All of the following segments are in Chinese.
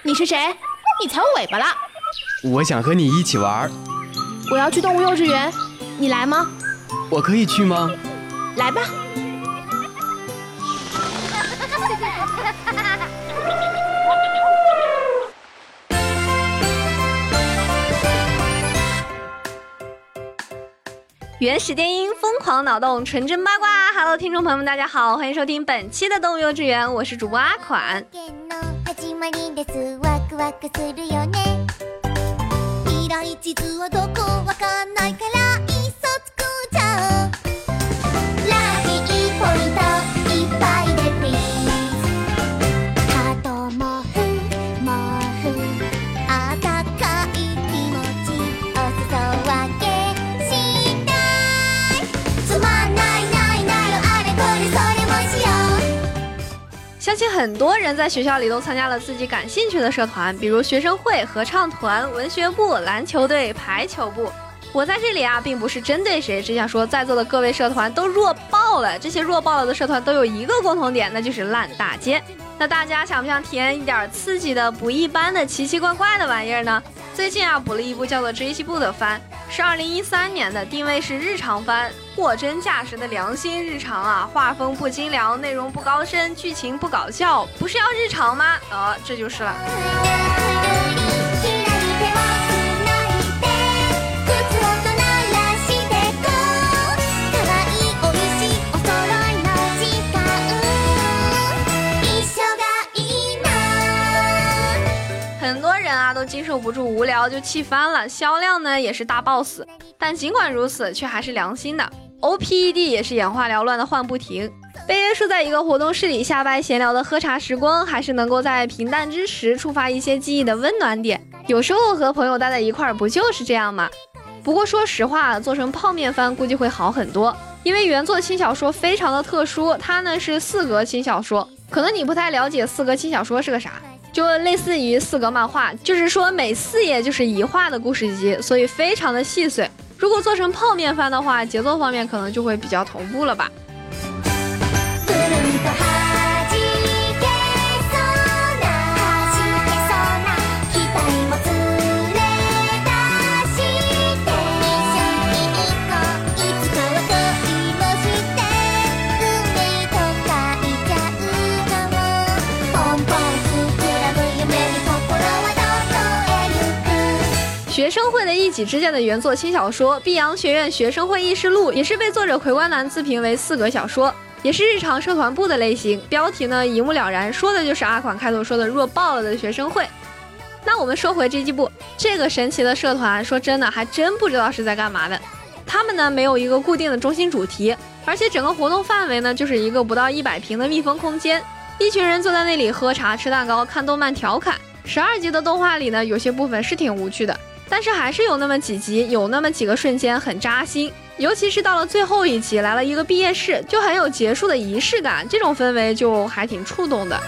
你是谁？你踩我尾巴了！ 我想和你一起玩。 我要去动物幼稚园，你来吗？ 我可以去吗？ 来吧。 原始电音，疯狂脑洞，纯真八卦。Hello， 听众朋友们，大家好，欢迎收听本期的动物幼稚园，我是主播阿款。相信很多人在学校里都参加了自己感兴趣的社团，比如学生会、合唱团、文学部、篮球队、排球部。我在这里并不是针对谁，只想说在座的各位社团都弱爆了。这些弱爆了的社团都有一个共同点，那就是烂大街。那大家想不想体验一点刺激的、不一般的、奇奇怪怪的玩意儿呢？最近补了一部叫做《追击部》的番，是2013年的，定位是日常番，货真价实的良心日常画风不精良，内容不高深，剧情不搞笑，不是要日常吗？这就是了。很多人都经受不住无聊就弃番了，销量呢也是大爆死。但尽管如此，却还是良心的。OPED 也是眼花缭乱的换不停，被约束在一个活动室里下班闲聊的喝茶时光，还是能够在平淡之时触发一些记忆的温暖点。有时候和朋友待在一块儿，不就是这样吗？不过说实话，做成泡面番估计会好很多，因为原作轻小说非常的特殊，它呢是4格轻小说。可能你不太了解4格轻小说是个啥，就类似于4格漫画，就是说每4页就是1话的故事集，所以非常的细碎。如果做成泡面番的话，节奏方面可能就会比较同步了吧。学生会的一己之见的原作轻小说《碧阳学院学生会议事录》也是被作者葵关南自评为4格小说，也是日常社团部的类型。标题呢一目了然，说的就是阿款开头说的弱爆了的学生会。那我们说回这季部，这个神奇的社团，说真的还真不知道是在干嘛的。他们呢没有一个固定的中心主题，而且整个活动范围呢就是一个不到100平的密封空间，一群人坐在那里喝茶吃蛋糕看动漫调侃。12集的动画里呢有些部分是挺无趣的，但是还是有那么几集，有那么几个瞬间很扎心，尤其是到了最后一集来了一个毕业式，就很有结束的仪式感，这种氛围就还挺触动的。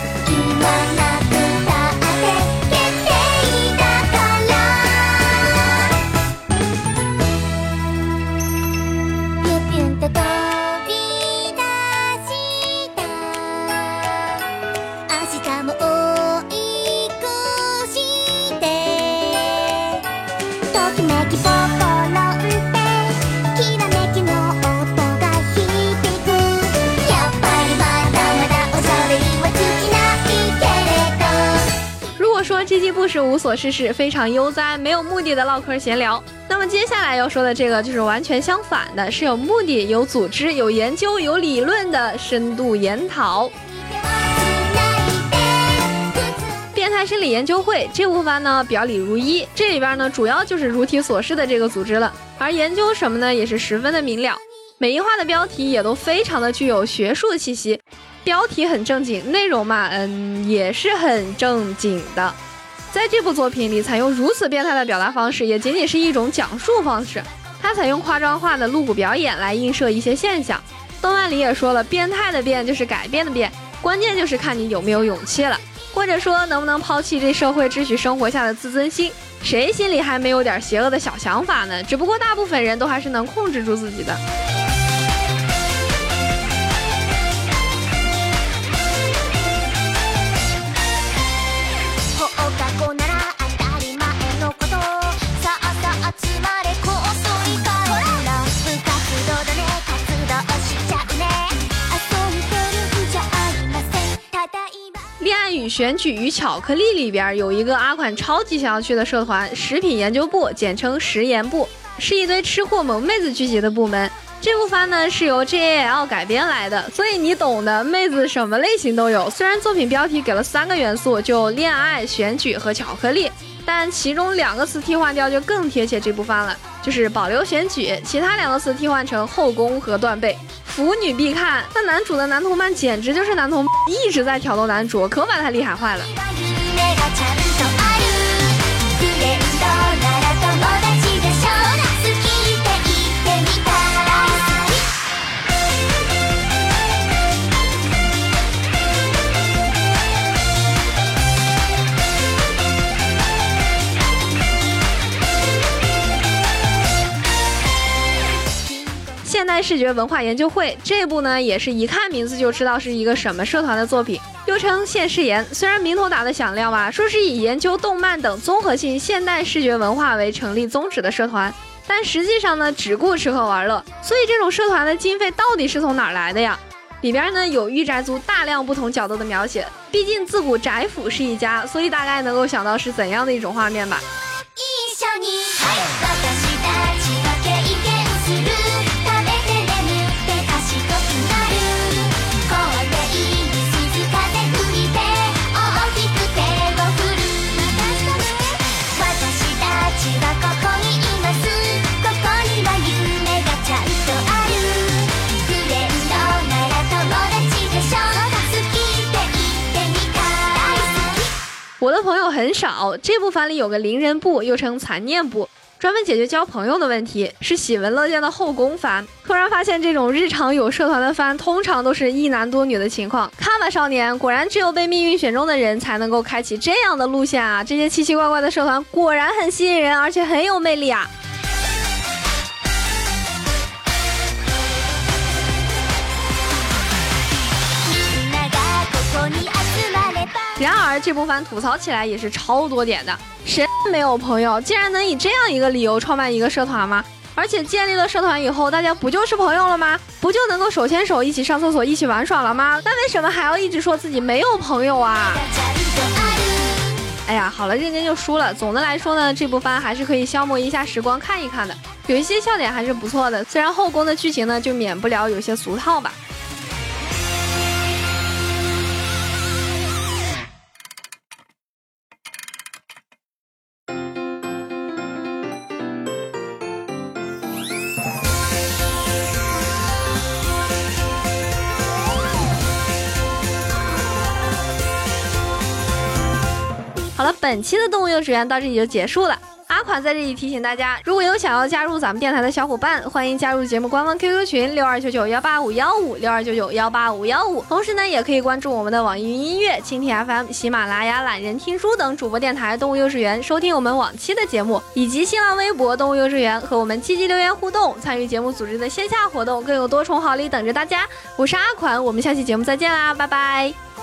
这季部是无所事事，非常悠哉，没有目的的唠嗑闲聊。那么接下来要说的这个就是完全相反的，是有目的、有组织、有研究、有理论的深度研讨。变态心理研究会这部番呢表里如一，这里边呢主要就是如题所示的这个组织了，而研究什么呢也是十分的明了。每一话的标题也都非常的具有学术气息，标题很正经，内容嘛也是很正经的。在这部作品里采用如此变态的表达方式，也仅仅是一种讲述方式，它采用夸张化的露骨表演来映射一些现象。动漫里也说了，变态的变就是改变的变，关键就是看你有没有勇气了，或者说能不能抛弃这社会秩序生活下的自尊心。谁心里还没有点邪恶的小想法呢？只不过大部分人都还是能控制住自己的。 与选举与巧克力里边有一个阿款超级想要去的社团，食品研究部，简称食研部，是一堆吃货萌妹子聚集的部门。这部番呢是由 JAL 改编来的，所以你懂的，妹子什么类型都有。虽然作品标题给了3个元素，就恋爱、选举和巧克力，但其中2个词替换掉就更贴切这部番了，就是保留选举，其他2个词替换成后宫和断背。腐女必看，那男主的男同伴简直就是男同，一直在挑逗男主，可把他厉害坏了。现代视觉文化研究会这部呢，也是一看名字就知道是一个什么社团的作品，又称现视研。虽然名头打得响亮吧，说是以研究动漫等综合性现代视觉文化为成立宗旨的社团，但实际上呢，只顾吃喝玩乐。所以这种社团的经费到底是从哪儿来的呀？里边呢有御宅族大量不同角度的描写，毕竟自古宅府是一家，所以大概能够想到是怎样的一种画面吧。我的朋友很少，这部番里有个邻人部，又称残念部，专门解决交朋友的问题，是喜闻乐见的后宫番。突然发现这种日常有社团的番通常都是一男多女的情况。看吧少年，果然只有被命运选中的人才能够开启这样的路线啊！这些奇奇怪怪的社团果然很吸引人，而且很有魅力啊。然而这部番吐槽起来也是超多点的，谁没有朋友，竟然能以这样一个理由创办一个社团吗？而且建立了社团以后，大家不就是朋友了吗？不就能够手牵手一起上厕所一起玩耍了吗？那为什么还要一直说自己没有朋友啊？哎呀，好了，认真就输了。总的来说呢，这部番还是可以消磨一下时光看一看的，有一些笑点还是不错的，虽然后宫的剧情呢就免不了有些俗套吧。好了，本期的动物幼稚园到这里就结束了。阿款在这里提醒大家，如果有想要加入咱们电台的小伙伴，欢迎加入节目官方 QQ 群62991855156299185515。同时呢，也可以关注我们的网易云音乐、蜻蜓 FM、喜马拉雅、懒人听书等主播电台动物幼稚园，收听我们往期的节目，以及新浪微博动物幼稚园和我们积极留言互动，参与节目组织的线下活动，更有多重好礼等着大家。我是阿款，我们下期节目再见啦，拜拜。